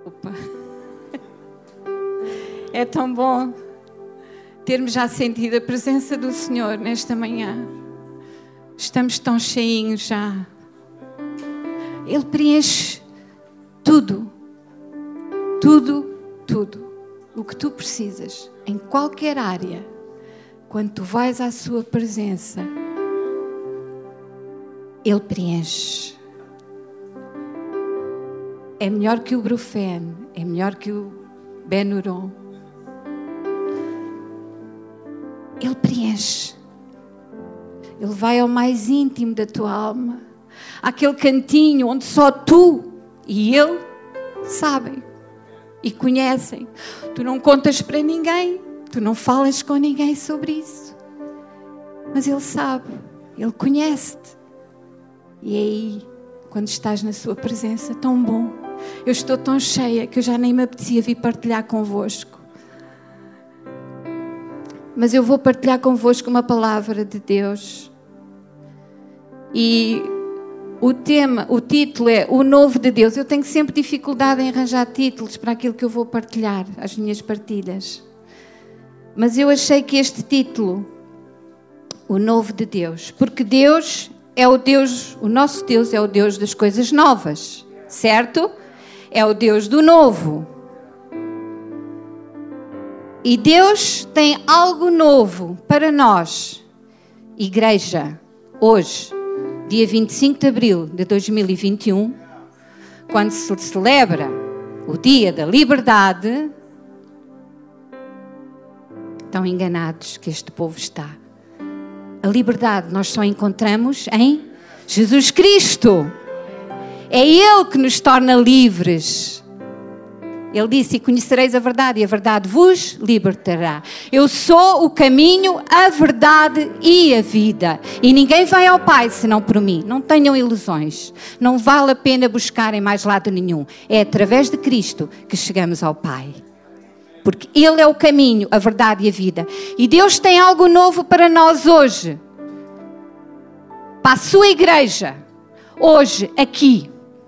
Opa. É tão bom termos já sentido a presença do Senhor nesta manhã. Estamos tão cheinhos já. Ele preenche tudo. Tudo, tudo. O que tu precisas, em qualquer área, quando tu vais à sua presença, Ele preenche. É melhor que o Brufen, é melhor que o Benuron. Ele preenche. Ele vai ao mais íntimo da tua alma. Àquele cantinho onde só tu e Ele sabem e conhecem. Tu não contas para ninguém, tu não falas com ninguém sobre isso. Mas Ele sabe, Ele conhece-te. E é aí, quando estás na sua presença, tão bom. Eu estou tão cheia que eu já nem me apetecia vir partilhar convosco. Mas eu vou partilhar convosco uma palavra de Deus. E o título é O Novo de Deus. Eu tenho sempre dificuldade em arranjar títulos para aquilo que eu vou partilhar, as minhas partilhas. Mas eu achei que este título, O Novo de Deus, porque Deus é o Deus, o nosso Deus é o Deus das coisas novas, certo? É o Deus do novo. E Deus tem algo novo para nós, igreja, hoje, dia 25 de abril de 2021, quando se celebra o Dia da Liberdade. Estão enganados que este povo está. A liberdade nós só encontramos em Jesus Cristo. É Ele que nos torna livres. Ele disse, e conhecereis a verdade, e a verdade vos libertará. Eu sou o caminho, a verdade e a vida. E ninguém vai ao Pai senão por mim. Não tenham ilusões. Não vale a pena buscarem mais lado nenhum. É através de Cristo que chegamos ao Pai. Porque Ele é o caminho, a verdade e a vida. E Deus tem algo novo para nós hoje. Para a sua igreja. Hoje, aqui.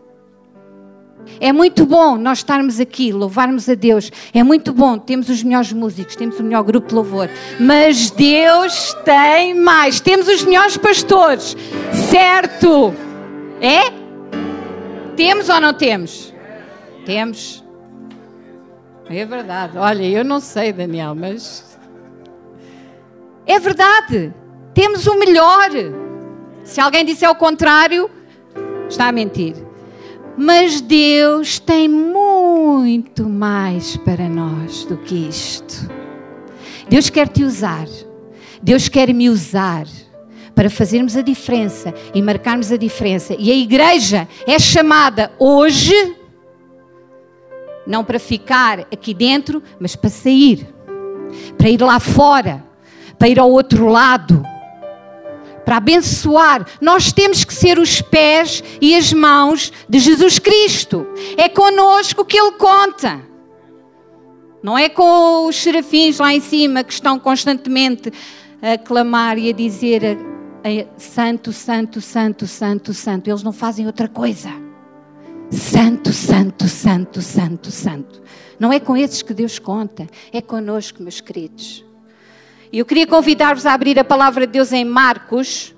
É muito bom nós estarmos aqui, louvarmos a Deus. É muito bom, temos os melhores músicos, temos o melhor grupo de louvor. Mas Deus tem mais. Temos os melhores pastores. Certo? É? Temos ou não temos? Temos. É verdade. Olha, eu não sei, Daniel, mas... é verdade. Temos o melhor. Se alguém disser o contrário, está a mentir. Mas Deus tem muito mais para nós do que isto. Deus quer te usar. Deus quer me usar para fazermos a diferença e marcarmos a diferença. E a igreja é chamada hoje, não para ficar aqui dentro, mas para sair. Para ir lá fora. Para ir ao outro lado. Para abençoar. Nós temos que ser os pés e as mãos de Jesus Cristo. É connosco que Ele conta. Não é com os serafins lá em cima que estão constantemente a clamar e a dizer Santo, Santo, Santo, Santo, Santo. Eles não fazem outra coisa. Santo, Santo, Santo, Santo, Santo. Não é com esses que Deus conta. É connosco, meus queridos. E eu queria convidar-vos a abrir a palavra de Deus em Marcos.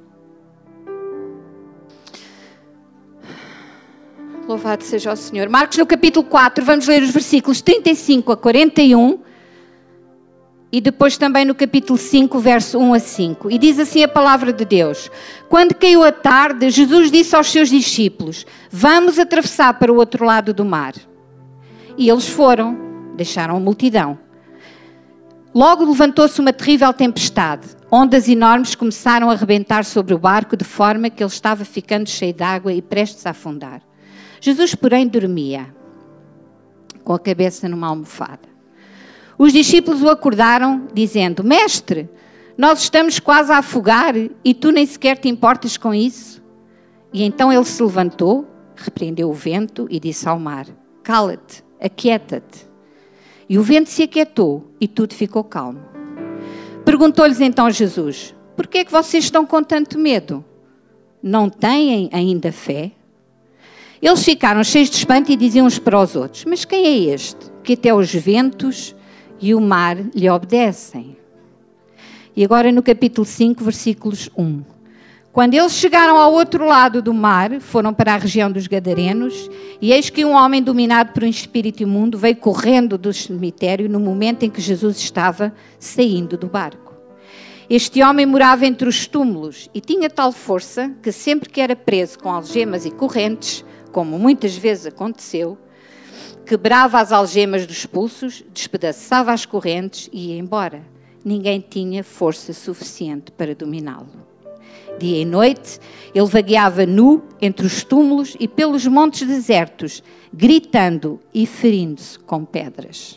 Louvado seja o Senhor. Marcos no capítulo 4, vamos ler os versículos 35 a 41. E depois também no capítulo 5, verso 1 a 5. E diz assim a palavra de Deus. Quando caiu a tarde, Jesus disse aos seus discípulos, vamos atravessar para o outro lado do mar. E eles foram, deixaram a multidão. Logo levantou-se uma terrível tempestade. Ondas enormes começaram a rebentar sobre o barco, de forma que ele estava ficando cheio de água e prestes a afundar. Jesus, porém, dormia, com a cabeça numa almofada. Os discípulos o acordaram, dizendo, Mestre, nós estamos quase a afogar e tu nem sequer te importas com isso? E então ele se levantou, repreendeu o vento e disse ao mar, cala-te, aquieta-te. E o vento se aquietou e tudo ficou calmo. Perguntou-lhes então Jesus, por que é que vocês estão com tanto medo? Não têm ainda fé? Eles ficaram cheios de espanto e diziam uns para os outros: mas quem é este, que até os ventos e o mar lhe obedecem? E agora no capítulo 5, versículos 1. Quando eles chegaram ao outro lado do mar, foram para a região dos Gadarenos, e eis que um homem dominado por um espírito imundo veio correndo do cemitério no momento em que Jesus estava saindo do barco. Este homem morava entre os túmulos e tinha tal força que sempre que era preso com algemas e correntes, como muitas vezes aconteceu, quebrava as algemas dos pulsos, despedaçava as correntes e ia embora. Ninguém tinha força suficiente para dominá-lo. Dia e noite, ele vagueava nu entre os túmulos e pelos montes desertos, gritando e ferindo-se com pedras.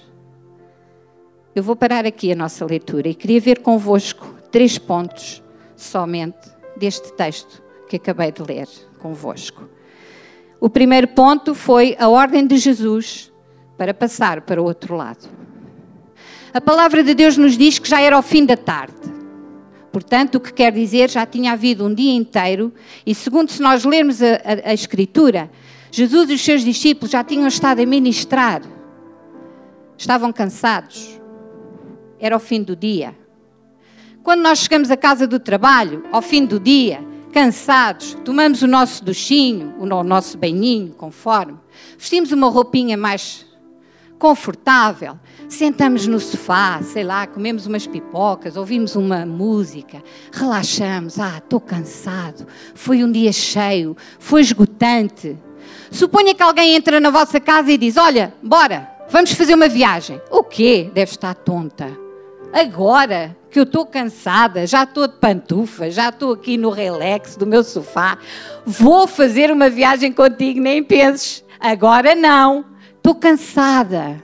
Eu vou parar aqui a nossa leitura e queria ver convosco 3 pontos somente deste texto que acabei de ler convosco. O primeiro ponto foi a ordem de Jesus para passar para o outro lado. A palavra de Deus nos diz que já era ao fim da tarde. Portanto, o que quer dizer, já tinha havido um dia inteiro e, segundo se nós lermos a Escritura, Jesus e os seus discípulos já tinham estado a ministrar. Estavam cansados. Era o fim do dia. Quando nós chegamos à casa do trabalho, ao fim do dia, cansados, tomamos o nosso duchinho, o nosso banhinho, conforme, vestimos uma roupinha mais confortável, sentamos no sofá, sei lá, comemos umas pipocas, ouvimos uma música, relaxamos. Estou cansado, foi um dia cheio, foi esgotante. Suponha que alguém entra na vossa casa e diz: olha, bora, vamos fazer uma viagem. O quê? Deve estar tonta. Agora que eu estou cansada, já estou de pantufa, já estou aqui no relax do meu sofá, vou fazer uma viagem contigo, nem penses. Agora não, estou cansada.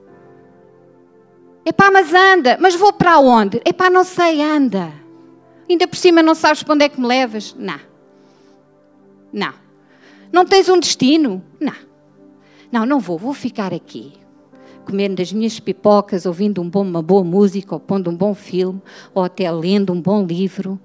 Epá, mas anda. Mas vou para onde? Epá, não sei, anda. Ainda por cima não sabes para onde é que me levas? Não. Não. Não tens um destino? Não. Não vou ficar aqui. Comendo as minhas pipocas, ouvindo uma boa música, ou pondo um bom filme, ou até lendo um bom livro.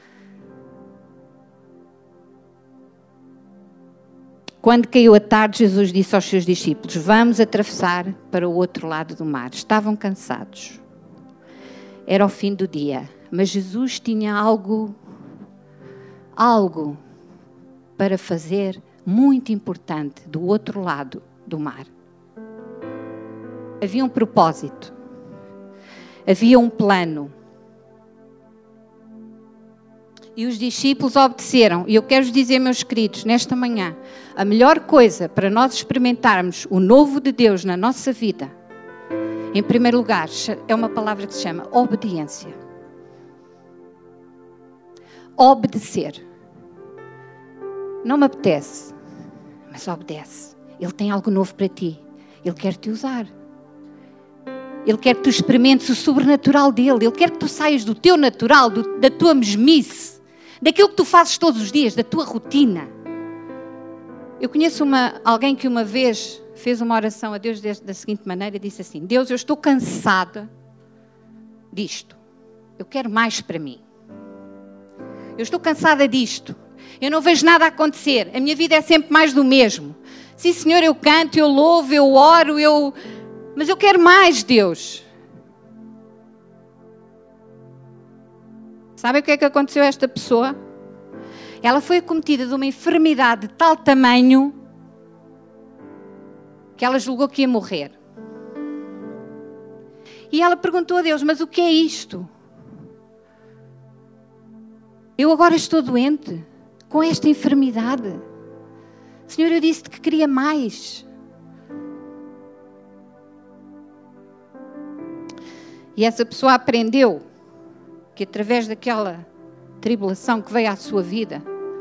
Quando caiu a tarde, Jesus disse aos seus discípulos: vamos atravessar para o outro lado do mar. Estavam cansados. Era o fim do dia. Mas Jesus tinha algo para fazer muito importante do outro lado do mar. Havia um propósito. Havia um plano. E os discípulos obedeceram. E eu quero-vos dizer, meus queridos, nesta manhã, a melhor coisa para nós experimentarmos o novo de Deus na nossa vida, em primeiro lugar, é uma palavra que se chama obediência. Obedecer. Não me apetece, mas obedece. Ele tem algo novo para ti. Ele quer te usar. Ele quer que tu experimentes o sobrenatural dele. Ele quer que tu saias do teu natural, da tua mesmice, daquilo que tu fazes todos os dias, da tua rotina. Eu conheço alguém que uma vez fez uma oração a Deus da seguinte maneira, disse assim: Deus, eu estou cansada disto. Eu quero mais para mim. Eu estou cansada disto. Eu não vejo nada a acontecer. A minha vida é sempre mais do mesmo. Sim, Senhor, eu canto, eu louvo, eu oro, mas eu quero mais, Deus. Sabe o que é que aconteceu a esta pessoa? Ela foi acometida de uma enfermidade de tal tamanho que ela julgou que ia morrer. E ela perguntou a Deus: mas o que é isto? Eu agora estou doente com esta enfermidade. Senhor, eu disse-te que queria mais. E essa pessoa aprendeu que através daquela tribulação que veio à sua vida,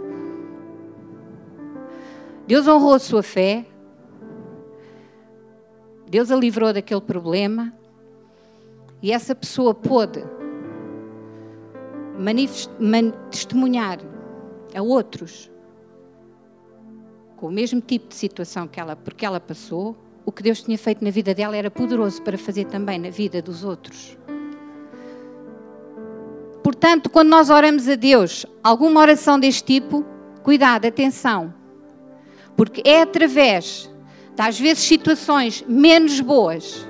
Deus honrou a sua fé, Deus a livrou daquele problema, e essa pessoa pôde testemunhar a outros com o mesmo tipo de situação porque ela passou. O que Deus tinha feito na vida dela era poderoso para fazer também na vida dos outros. Portanto, quando nós oramos a Deus, alguma oração deste tipo, cuidado, atenção. Porque é através das vezes situações menos boas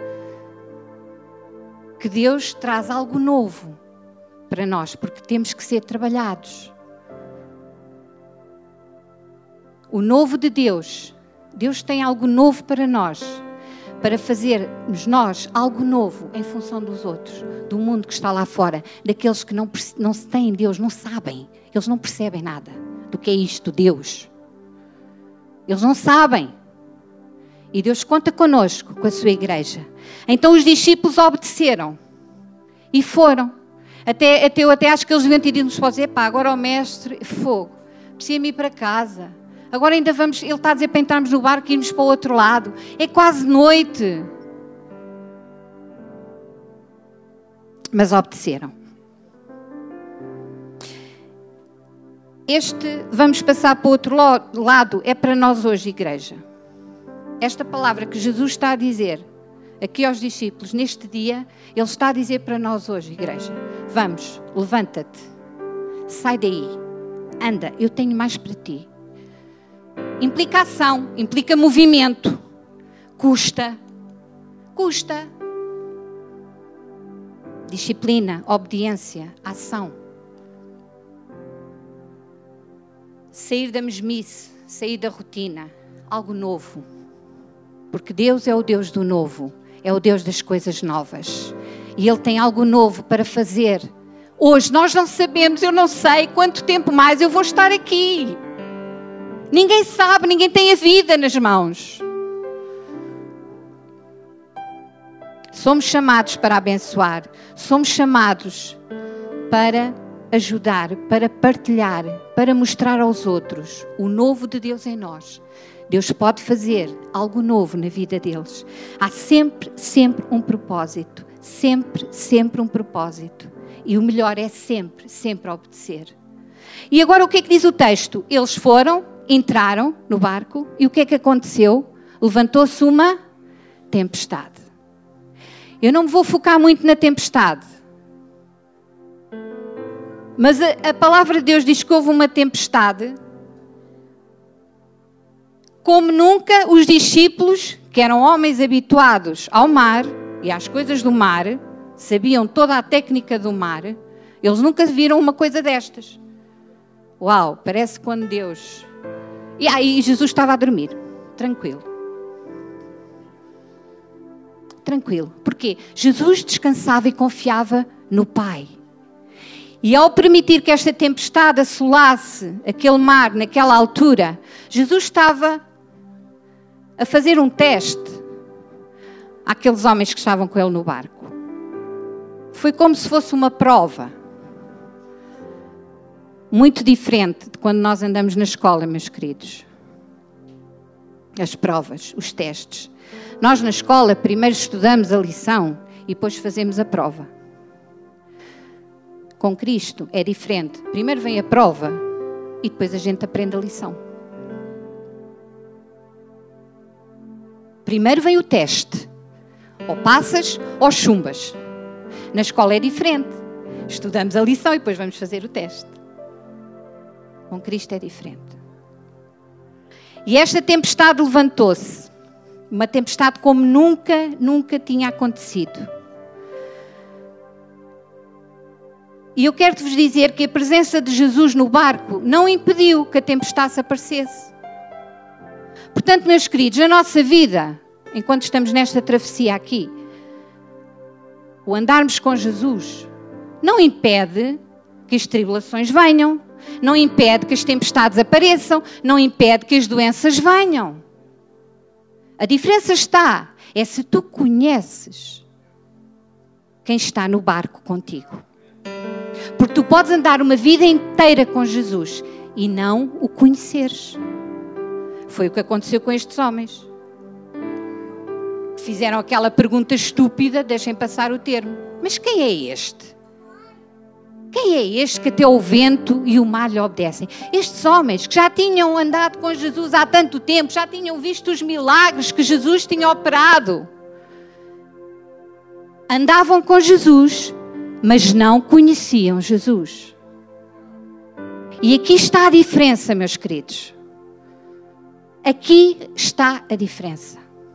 que Deus traz algo novo para nós, porque temos que ser trabalhados. O novo de Deus, Deus tem algo novo para nós, para fazermos nós algo novo em função dos outros, do mundo que está lá fora, daqueles que não têm Deus, não sabem, eles não percebem nada do que é isto, Deus. Eles não sabem. E Deus conta connosco, com a sua igreja. Então os discípulos obedeceram e foram. Eu até acho que eles deviam ter dito-nos para dizer, pá, agora o mestre, fogo, precisa-me ir para casa. Agora ainda vamos, ele está a dizer para entrarmos no barco e irmos para o outro lado. É quase noite. Mas obedeceram. Vamos passar para o outro lado, é para nós hoje, igreja. Esta palavra que Jesus está a dizer aqui aos discípulos, neste dia, Ele está a dizer para nós hoje, igreja. Vamos, levanta-te, sai daí, anda, eu tenho mais para ti. Implica ação, implica movimento, custa. Disciplina, obediência, ação. Sair da mesmice, sair da rotina, algo novo. Porque Deus é o Deus do novo, é o Deus das coisas novas. E Ele tem algo novo para fazer. Hoje nós não sabemos, eu não sei quanto tempo mais eu vou estar aqui. Ninguém sabe, ninguém tem a vida nas mãos. Somos chamados para abençoar, somos chamados para ajudar, para partilhar, para mostrar aos outros o novo de Deus em nós. Deus pode fazer algo novo na vida deles. Há sempre um propósito. Sempre um propósito. E o melhor é sempre obedecer. E agora o que é que diz o texto? Eles foram, entraram no barco e o que é que aconteceu? Levantou-se uma tempestade. Eu não me vou focar muito na tempestade. Mas a palavra de Deus diz que houve uma tempestade como nunca os discípulos, que eram homens habituados ao mar e às coisas do mar, sabiam toda a técnica do mar, eles nunca viram uma coisa destas. Uau, parece quando Deus... E aí Jesus estava a dormir, tranquilo. Porquê? Jesus descansava e confiava no Pai. E ao permitir que esta tempestade assolasse aquele mar naquela altura, Jesus estava a fazer um teste àqueles homens que estavam com ele no barco. Foi como se fosse uma prova. Muito diferente de quando nós andamos na escola, meus queridos. As provas, os testes. Nós na escola primeiro estudamos a lição e depois fazemos a prova. Com Cristo é diferente. Primeiro vem a prova e depois a gente aprende a lição. Primeiro vem o teste. Ou passas ou chumbas. Na escola é diferente. Estudamos a lição e depois vamos fazer o teste. Com Cristo é diferente. E esta tempestade levantou-se. Uma tempestade como nunca tinha acontecido. E eu quero-vos dizer que a presença de Jesus no barco não impediu que a tempestade aparecesse. Portanto, meus queridos, na nossa vida, enquanto estamos nesta travessia aqui, o andarmos com Jesus não impede que as tribulações venham, não impede que as tempestades apareçam, não impede que as doenças venham. A diferença é se tu conheces quem está no barco contigo. Porque tu podes andar uma vida inteira com Jesus e não o conheceres. Foi o que aconteceu com estes homens. Fizeram aquela pergunta estúpida, deixem passar o termo. Mas quem é este? Quem é este que até o vento e o mar lhe obedecem? Estes homens que já tinham andado com Jesus há tanto tempo, já tinham visto os milagres que Jesus tinha operado. Andavam com Jesus, mas não conheciam Jesus. E aqui está a diferença, meus queridos. aqui está a diferença.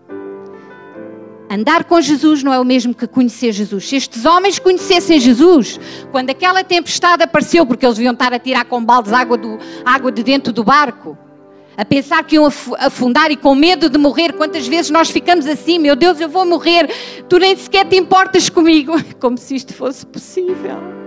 Andar com Jesus não é o mesmo que conhecer Jesus. Se estes homens conhecessem Jesus, quando aquela tempestade apareceu, porque eles deviam estar a tirar com baldes água de dentro do barco, a pensar que iam afundar e com medo de morrer, quantas vezes nós ficamos assim, meu Deus, eu vou morrer, tu nem sequer te importas comigo. Como se isto fosse possível.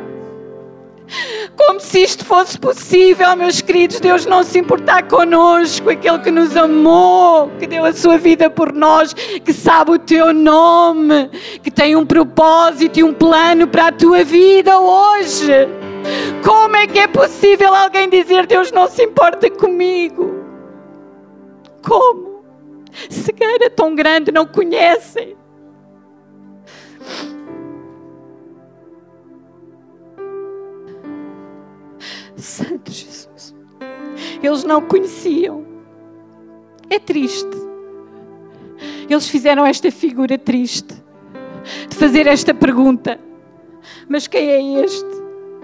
Como se isto fosse possível, meus queridos, Deus não se importar connosco, aquele que nos amou, que deu a sua vida por nós, que sabe o teu nome, que tem um propósito e um plano para a tua vida hoje. Como é que é possível alguém dizer Deus não se importa comigo? Como? Cegueira tão grande, não conhecem. Santo Jesus, eles não conheciam. É triste. Eles fizeram esta figura triste de fazer esta pergunta: mas quem é este?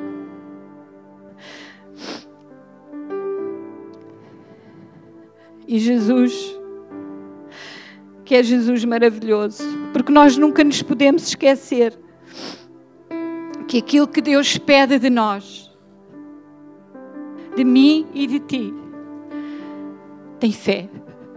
E Jesus, que é Jesus maravilhoso, porque nós nunca nos podemos esquecer que aquilo que Deus pede de nós, de mim e de ti, tem fé.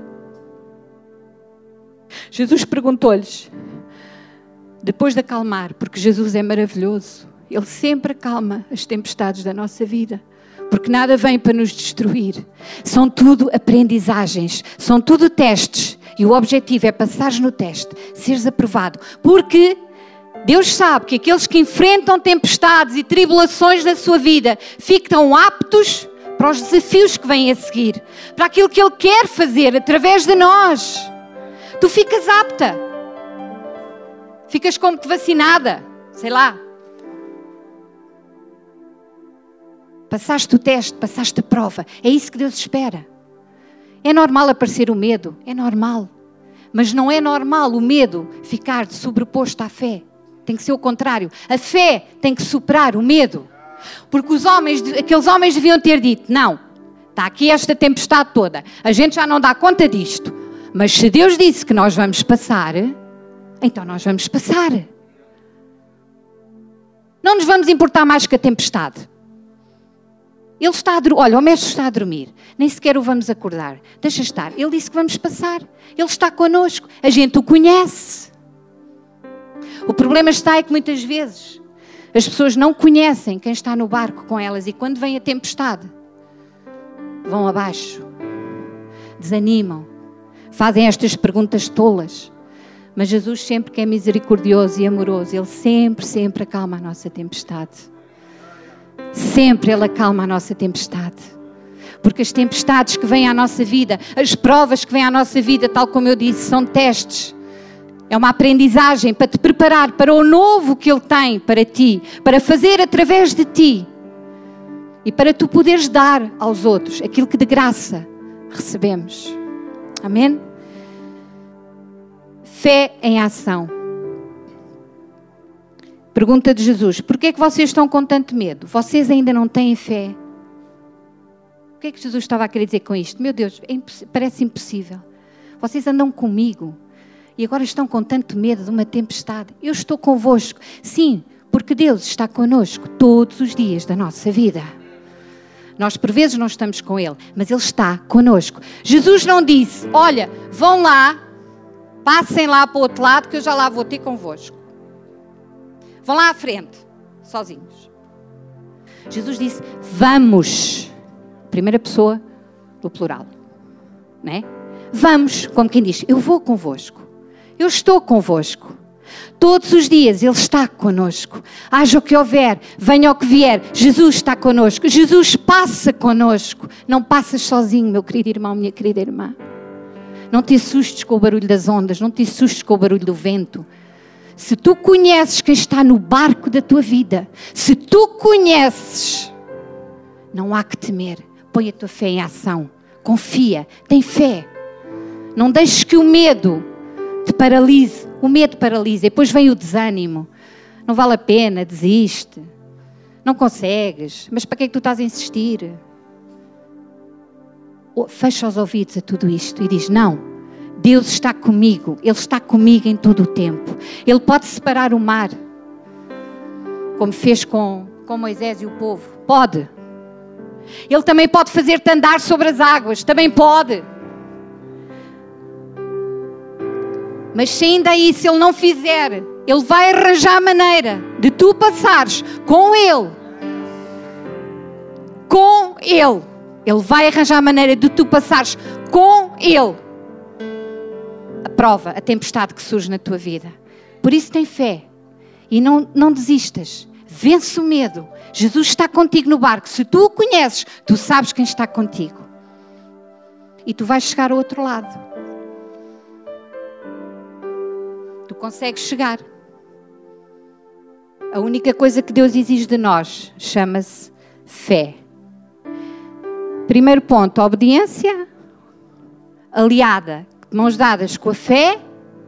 Jesus perguntou-lhes, depois de acalmar, porque Jesus é maravilhoso, Ele sempre acalma as tempestades da nossa vida, porque nada vem para nos destruir. São tudo aprendizagens, são tudo testes, e o objetivo é passares no teste, seres aprovado, porque Deus sabe que aqueles que enfrentam tempestades e tribulações na sua vida ficam aptos para os desafios que vêm a seguir, para aquilo que Ele quer fazer através de nós. Tu ficas apta, ficas como que vacinada, sei lá. Passaste o teste, passaste a prova, é isso que Deus espera. É normal aparecer o medo, é normal, mas não é normal o medo ficar sobreposto à fé. Tem que ser o contrário. A fé tem que superar o medo. Porque aqueles homens deviam ter dito, não, está aqui esta tempestade toda, a gente já não dá conta disto, mas se Deus disse que nós vamos passar, então nós vamos passar. Não nos vamos importar mais que a tempestade. Ele está a dormir, olha, o mestre está a dormir, nem sequer o vamos acordar, deixa estar, ele disse que vamos passar, ele está connosco, a gente o conhece. O problema é que muitas vezes as pessoas não conhecem quem está no barco com elas e quando vem a tempestade vão abaixo, desanimam, fazem estas perguntas tolas. Mas Jesus sempre que é misericordioso e amoroso, Ele sempre acalma a nossa tempestade. Sempre Ele acalma a nossa tempestade. Porque as tempestades que vêm à nossa vida, as provas que vêm à nossa vida, tal como eu disse, são testes. É uma aprendizagem para te preparar para o novo que Ele tem para ti, para fazer através de ti e para tu poderes dar aos outros aquilo que de graça recebemos. Amém? Fé em ação. Pergunta de Jesus: por que é que vocês estão com tanto medo? Vocês ainda não têm fé? O que é que Jesus estava a querer dizer com isto? Meu Deus, parece impossível. Vocês andam comigo e agora estão com tanto medo de uma tempestade. Eu estou convosco. Sim, porque Deus está connosco todos os dias da nossa vida. Nós por vezes não estamos com Ele, mas Ele está connosco. Jesus não disse, olha, vão lá, passem lá para o outro lado que eu já lá vou ter convosco. Vão lá à frente, sozinhos. Jesus disse, vamos. Primeira pessoa do plural. Não é? Vamos, como quem diz, eu vou convosco. Eu estou convosco. Todos os dias Ele está connosco. Haja o que houver, venha o que vier, Jesus está connosco. Jesus passa connosco. Não passas sozinho, meu querido irmão, minha querida irmã. Não te assustes com o barulho das ondas, não te assustes com o barulho do vento. Se tu conheces quem está no barco da tua vida, se tu conheces, não há que temer. Põe a tua fé em ação. Confia, tem fé. Não deixes que o medo te paralise. O medo paralisa e depois vem o desânimo. Não vale a pena, desiste. Não consegues. Mas para que é que tu estás a insistir? fecha os ouvidos a tudo isto e diz: não, Deus está comigo, Ele está comigo em todo o tempo. Ele pode separar o mar, como fez com Moisés e o povo. Pode. Ele também pode fazer-te andar sobre as águas, também pode. Mas se ainda aí, se Ele não fizer, Ele vai arranjar a maneira de tu passares com Ele. Com Ele. Ele vai arranjar a maneira de tu passares com Ele a prova, a tempestade que surge na tua vida. Por isso tem fé e não desistas. Vence o medo. Jesus está contigo no barco. Se tu o conheces, tu sabes quem está contigo. E tu vais chegar ao outro lado. Tu consegues chegar. A única coisa que Deus exige de nós chama-se fé. Primeiro ponto, a obediência aliada, de mãos dadas com a fé,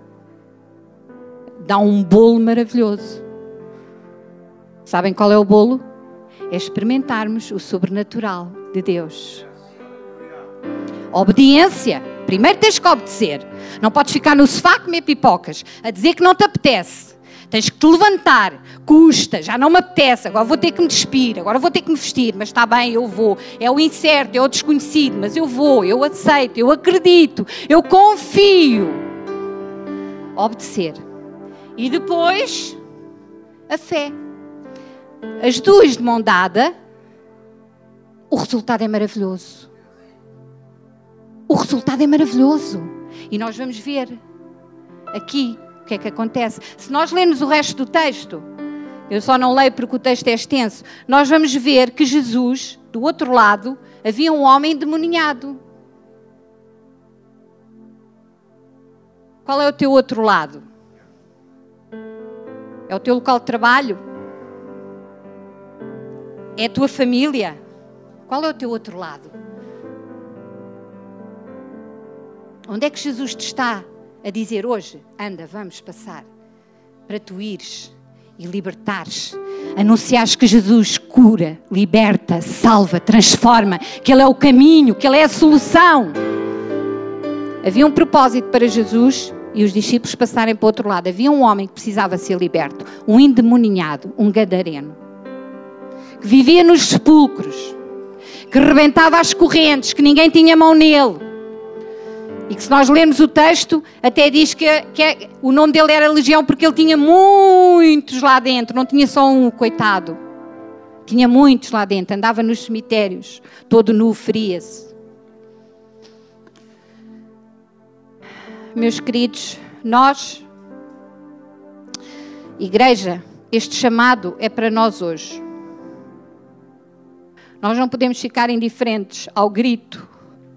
dá um bolo maravilhoso. Sabem qual é o bolo? É experimentarmos o sobrenatural de Deus. Obediência. Primeiro tens que obedecer. Não podes ficar no sofá a comer pipocas, a dizer que não te apetece. Tens que te levantar. Custa, já não me apetece. Agora vou ter que me despir, agora vou ter que me vestir. Mas está bem, eu vou. É o incerto, é o desconhecido, mas eu vou, eu aceito, eu acredito, eu confio. Obedecer. E depois, a fé. As duas de mão dada, o resultado é maravilhoso. O resultado é maravilhoso. E nós vamos ver aqui o que é que acontece. Se nós lermos o resto do texto, eu só não leio porque o texto é extenso, nós vamos ver que Jesus, do outro lado, havia um homem endemoniado. Qual é o teu outro lado? É o teu local de trabalho? É a tua família? Qual é o teu outro lado? Onde é que Jesus te está a dizer hoje? Anda, vamos passar. Para tu ires e libertares. Anunciares que Jesus cura, liberta, salva, transforma. Que Ele é o caminho, que Ele é a solução. Havia um propósito para Jesus e os discípulos passarem para o outro lado. Havia um homem que precisava ser liberto. Um endemoninhado, um gadareno. Que vivia nos sepulcros. Que rebentava as correntes, que ninguém tinha mão nele. E que se nós lermos o texto, até diz que o nome dele era Legião porque ele tinha muitos lá dentro. Não tinha só um, coitado. Tinha muitos lá dentro. Andava nos cemitérios, todo nu, feria-se. Meus queridos, nós, igreja, este chamado é para nós hoje. Nós não podemos ficar indiferentes ao grito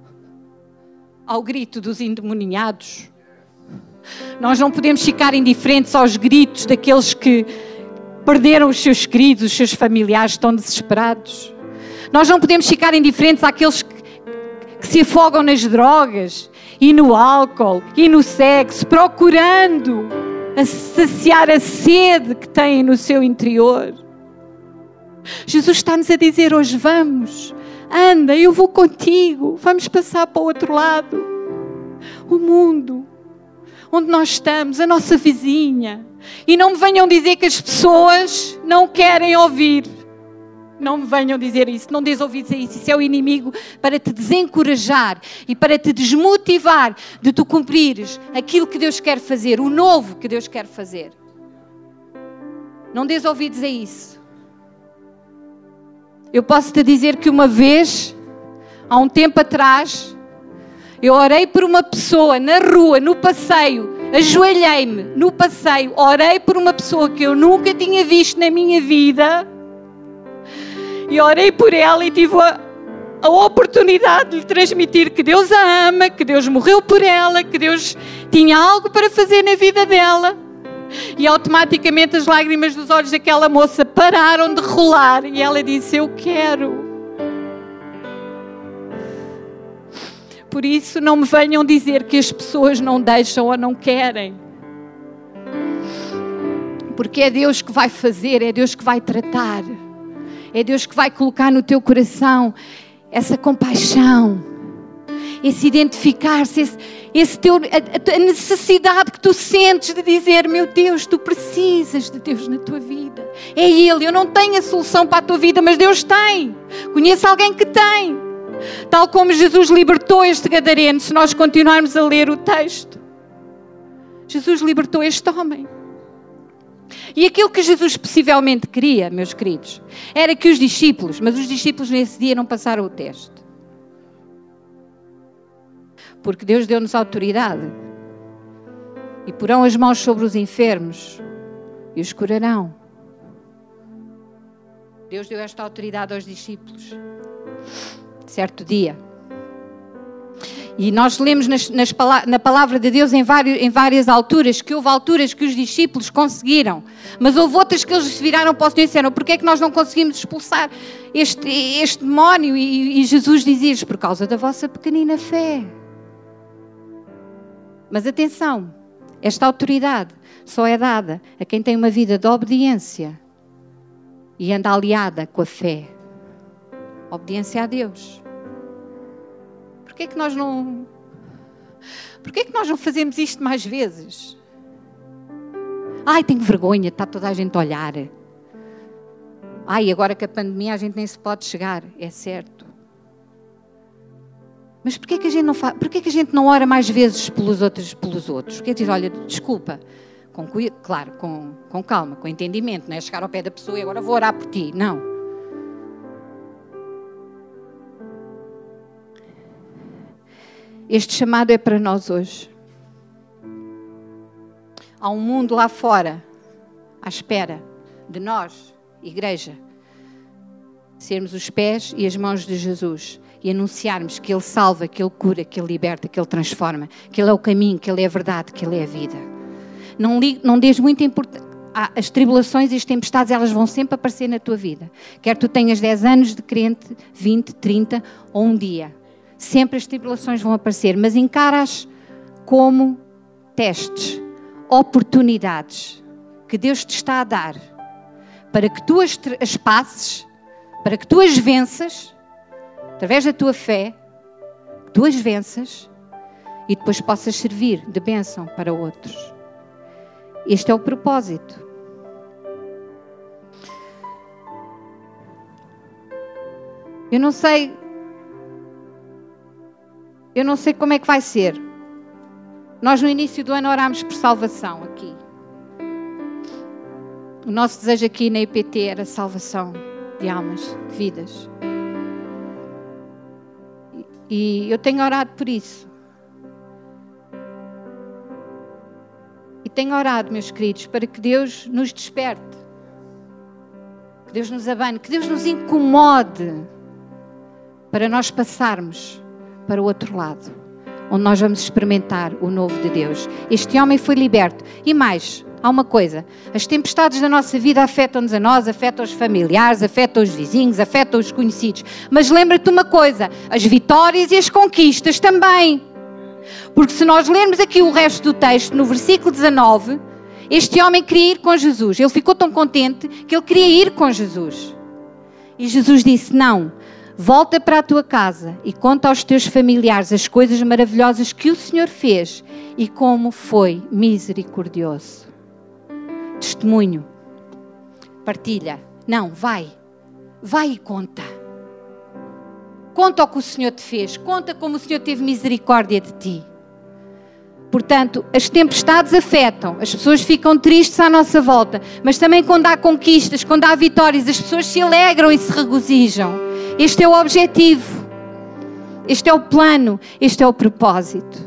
dos endemoniados. Nós não podemos ficar indiferentes aos gritos daqueles que perderam os seus queridos, os seus familiares, estão desesperados. Nós não podemos ficar indiferentes àqueles que se afogam nas drogas e no álcool e no sexo, procurando saciar a sede que têm no seu interior. Jesus está-nos a dizer hoje: vamos, anda, eu vou contigo, vamos passar para o outro lado. O mundo onde nós estamos, a nossa vizinha. E não me venham dizer que as pessoas não querem ouvir. Não me venham dizer isso, não des ouvidos a isso. Isso é o inimigo para te desencorajar e para te desmotivar de tu cumprires aquilo que Deus quer fazer, o novo que Deus quer fazer. Não des ouvidos a isso. Eu posso te dizer que uma vez, há um tempo atrás, eu orei por uma pessoa na rua, no passeio, ajoelhei-me no passeio, orei por uma pessoa que eu nunca tinha visto na minha vida e orei por ela e tive a oportunidade de lhe transmitir que Deus a ama, que Deus morreu por ela, que Deus tinha algo para fazer na vida dela. E automaticamente as lágrimas dos olhos daquela moça pararam de rolar e ela disse: eu quero. Por isso não me venham dizer que as pessoas não deixam ou não querem. Porque é Deus que vai fazer, é Deus que vai tratar. É Deus que vai colocar no teu coração essa compaixão, esse identificar-se, a necessidade que tu sentes de dizer: meu Deus, tu precisas de Deus na tua vida. É Ele, eu não tenho a solução para a tua vida, mas Deus tem. Conheço alguém que tem. Tal como Jesus libertou este gadareno, se nós continuarmos a ler o texto. Jesus libertou este homem. E aquilo que Jesus possivelmente queria, meus queridos, era que os discípulos, mas os discípulos nesse dia não passaram o teste. Porque Deus deu-nos autoridade. E porão as mãos sobre os enfermos e os curarão. Deus deu esta autoridade aos discípulos. Certo dia. E nós lemos na palavra de Deus em várias alturas, que houve alturas que os discípulos conseguiram, mas houve outras que eles se viraram para o Senhor e disseram: porque é que nós não conseguimos expulsar este demónio? E Jesus dizia-lhes: por causa da vossa pequenina fé. Mas atenção, esta autoridade só é dada a quem tem uma vida de obediência e anda aliada com a fé. Obediência a Deus. Porquê é que nós não fazemos isto mais vezes? Ai, tenho vergonha, está toda a gente a olhar. Ai, agora com a pandemia a gente nem se pode chegar, é certo. Mas porquê é que a gente não faz? Porquê é que a gente não ora mais vezes pelos outros? Quer dizer, olha, desculpa, claro, com calma, com entendimento, não é chegar ao pé da pessoa e agora vou orar por ti, não. Este chamado é para nós hoje. Há um mundo lá fora, à espera de nós, igreja, sermos os pés e as mãos de Jesus e anunciarmos que Ele salva, que Ele cura, que Ele liberta, que Ele transforma, que Ele é o caminho, que Ele é a verdade, que Ele é a vida. Não dês muita importância. As tribulações e as tempestades, elas vão sempre aparecer na tua vida. Quer tu tenhas 10 anos de crente, 20, 30 ou um dia. Sempre as tribulações vão aparecer, mas encara-as como testes, oportunidades que Deus te está a dar para que tu as passes, para que tu as venças, através da tua fé, que tu as venças e depois possas servir de bênção para outros. Este é o propósito. Eu não sei como é que vai ser. Nós no início do ano orámos por salvação aqui. O nosso desejo aqui na IPT era salvação de almas, de vidas. E eu tenho orado por isso. E tenho orado, meus queridos, para que Deus nos desperte. Que Deus nos abane, que Deus nos incomode para nós passarmos para o outro lado, onde nós vamos experimentar o novo de Deus. Este homem foi liberto. E mais, há uma coisa: as tempestades da nossa vida afetam-nos a nós, afetam os familiares, afetam os vizinhos, afetam os conhecidos. Mas lembra-te uma coisa: as vitórias e as conquistas também. Porque se nós lermos aqui o resto do texto, no versículo 19, este homem queria ir com Jesus. Ele ficou tão contente que ele queria ir com Jesus. E Jesus disse: não, volta para a tua casa e conta aos teus familiares as coisas maravilhosas que o Senhor fez e como foi misericordioso. Testemunho. Partilha. Não, vai e conta. Conta o que o Senhor te fez. Conta como o Senhor teve misericórdia de ti. Portanto, as tempestades afetam. As pessoas ficam tristes à nossa volta. Mas também quando há conquistas, quando há vitórias, as pessoas se alegram e se regozijam. Este é o objetivo. Este é o plano. Este é o propósito.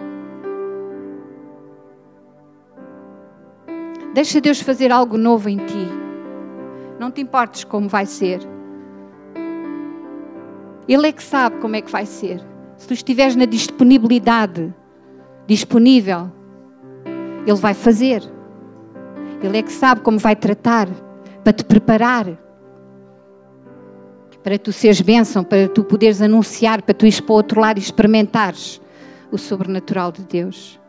Deixa Deus fazer algo novo em ti. Não te importes como vai ser. Ele é que sabe como é que vai ser. Se tu estiveres na disponibilidade, disponível, Ele vai fazer. Ele é que sabe como vai tratar, para te preparar, para tu seres bênção, para tu poderes anunciar, para tu ires para o outro lado e experimentares o sobrenatural de Deus.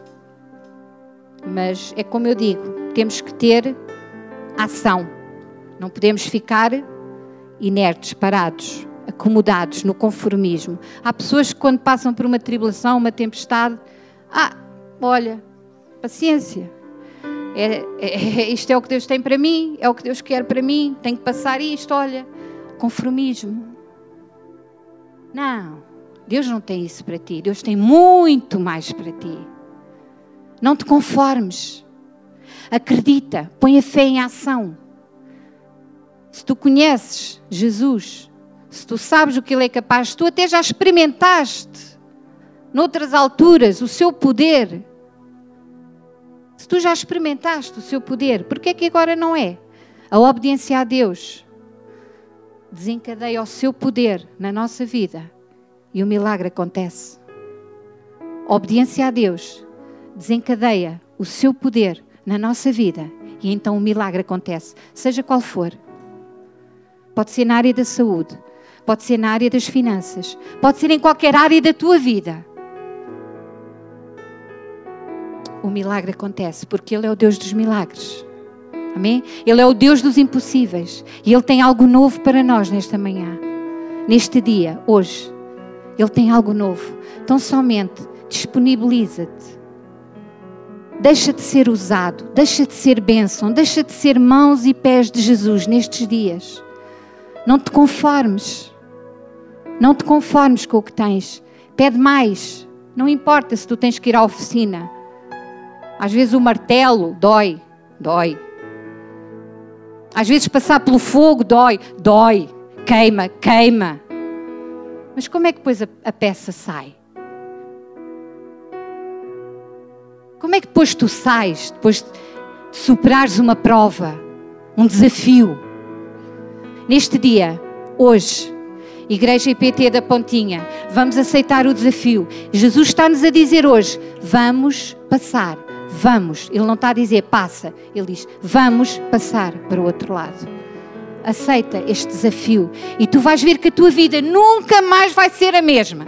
Mas é como eu digo, temos que ter ação. Não podemos ficar inertes, parados, acomodados no conformismo. Há pessoas que quando passam por uma tribulação, uma tempestade, olha, paciência. Isto é o que Deus tem para mim, é o que Deus quer para mim, tenho que passar isto, olha, conformismo. Não, Deus não tem isso para ti, Deus tem muito mais para ti. Não te conformes, acredita, põe a fé em ação. Se tu conheces Jesus, se tu sabes o que Ele é capaz, tu até já experimentaste noutras alturas o seu poder. Se tu já experimentaste o seu poder, por que é que agora não é? A obediência a Deus desencadeia o seu poder na nossa vida e o milagre acontece. A obediência a Deus desencadeia o seu poder na nossa vida e então o milagre acontece, seja qual for. Pode ser na área da saúde, pode ser na área das finanças, pode ser em qualquer área da tua vida. O milagre acontece porque Ele é o Deus dos milagres. Amém? Ele é o Deus dos impossíveis. E Ele tem algo novo para nós nesta manhã. Neste dia, hoje. Ele tem algo novo. Então somente disponibiliza-te. Deixa de ser usado. Deixa de ser bênção. Deixa de ser mãos e pés de Jesus nestes dias. Não te conformes. Não te conformes com o que tens. Pede mais. Não importa se tu tens que ir à oficina. Às vezes o martelo dói. Dói. Às vezes passar pelo fogo dói. Dói. Queima. Queima. Mas como é que depois a peça sai? Como é que depois tu sais? Depois de superares uma prova. Um desafio. Neste dia, hoje, Igreja IPT da Pontinha, vamos aceitar o desafio. Jesus está-nos a dizer hoje, vamos passar, vamos. Ele não está a dizer passa, Ele diz, vamos passar para o outro lado. Aceita este desafio e tu vais ver que a tua vida nunca mais vai ser a mesma.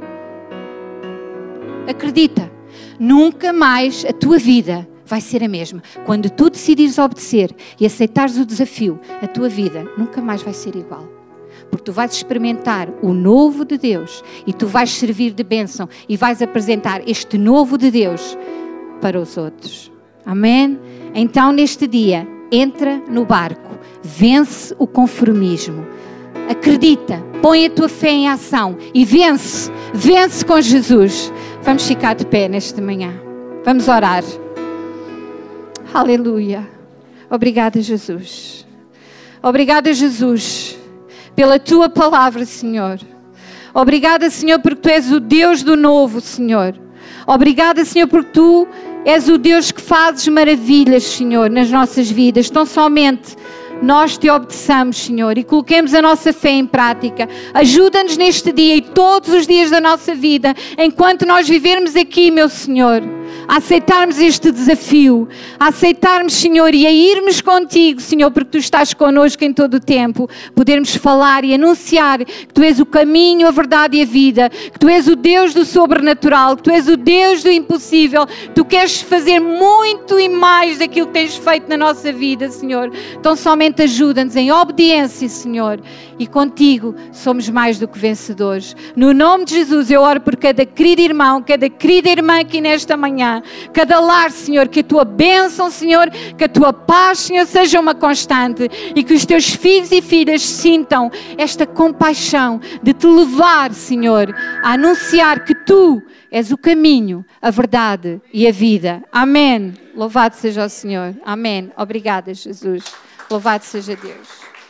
Acredita, nunca mais a tua vida vai ser a mesma. Quando tu decidires obedecer e aceitares o desafio, a tua vida nunca mais vai ser igual. Porque tu vais experimentar o novo de Deus e tu vais servir de bênção e vais apresentar este novo de Deus para os outros. Amém? Então, neste dia, entra no barco, vence o conformismo. Acredita, põe a tua fé em ação e vence com Jesus. Vamos ficar de pé nesta manhã. Vamos orar. Aleluia. Obrigada, Jesus. Obrigada, Jesus, pela tua palavra, Senhor. Obrigada, Senhor, porque tu és o Deus do novo, Senhor. Obrigada, Senhor, porque tu és o Deus que fazes maravilhas, Senhor, nas nossas vidas. Tão somente nós te obedeçamos, Senhor, e coloquemos a nossa fé em prática. Ajuda-nos neste dia e todos os dias da nossa vida, enquanto nós vivermos aqui, meu Senhor, a aceitarmos este desafio, a aceitarmos, Senhor, e a irmos contigo, Senhor, porque tu estás connosco em todo o tempo, podermos falar e anunciar que tu és o caminho, a verdade e a vida, que tu és o Deus do sobrenatural, que tu és o Deus do impossível, tu queres fazer muito e mais daquilo que tens feito na nossa vida, Senhor. Então somente ajuda-nos em obediência, Senhor, e contigo somos mais do que vencedores. No nome de Jesus eu oro por cada querido irmão, cada querida irmã aqui nesta manhã, cada lar, Senhor, que a tua bênção, Senhor, que a tua paz, Senhor, seja uma constante e que os teus filhos e filhas sintam esta compaixão de te levar, Senhor, a anunciar que tu és o caminho, a verdade e a vida. Amém. Louvado seja o Senhor. Amém. Obrigada, Jesus. Louvado seja Deus.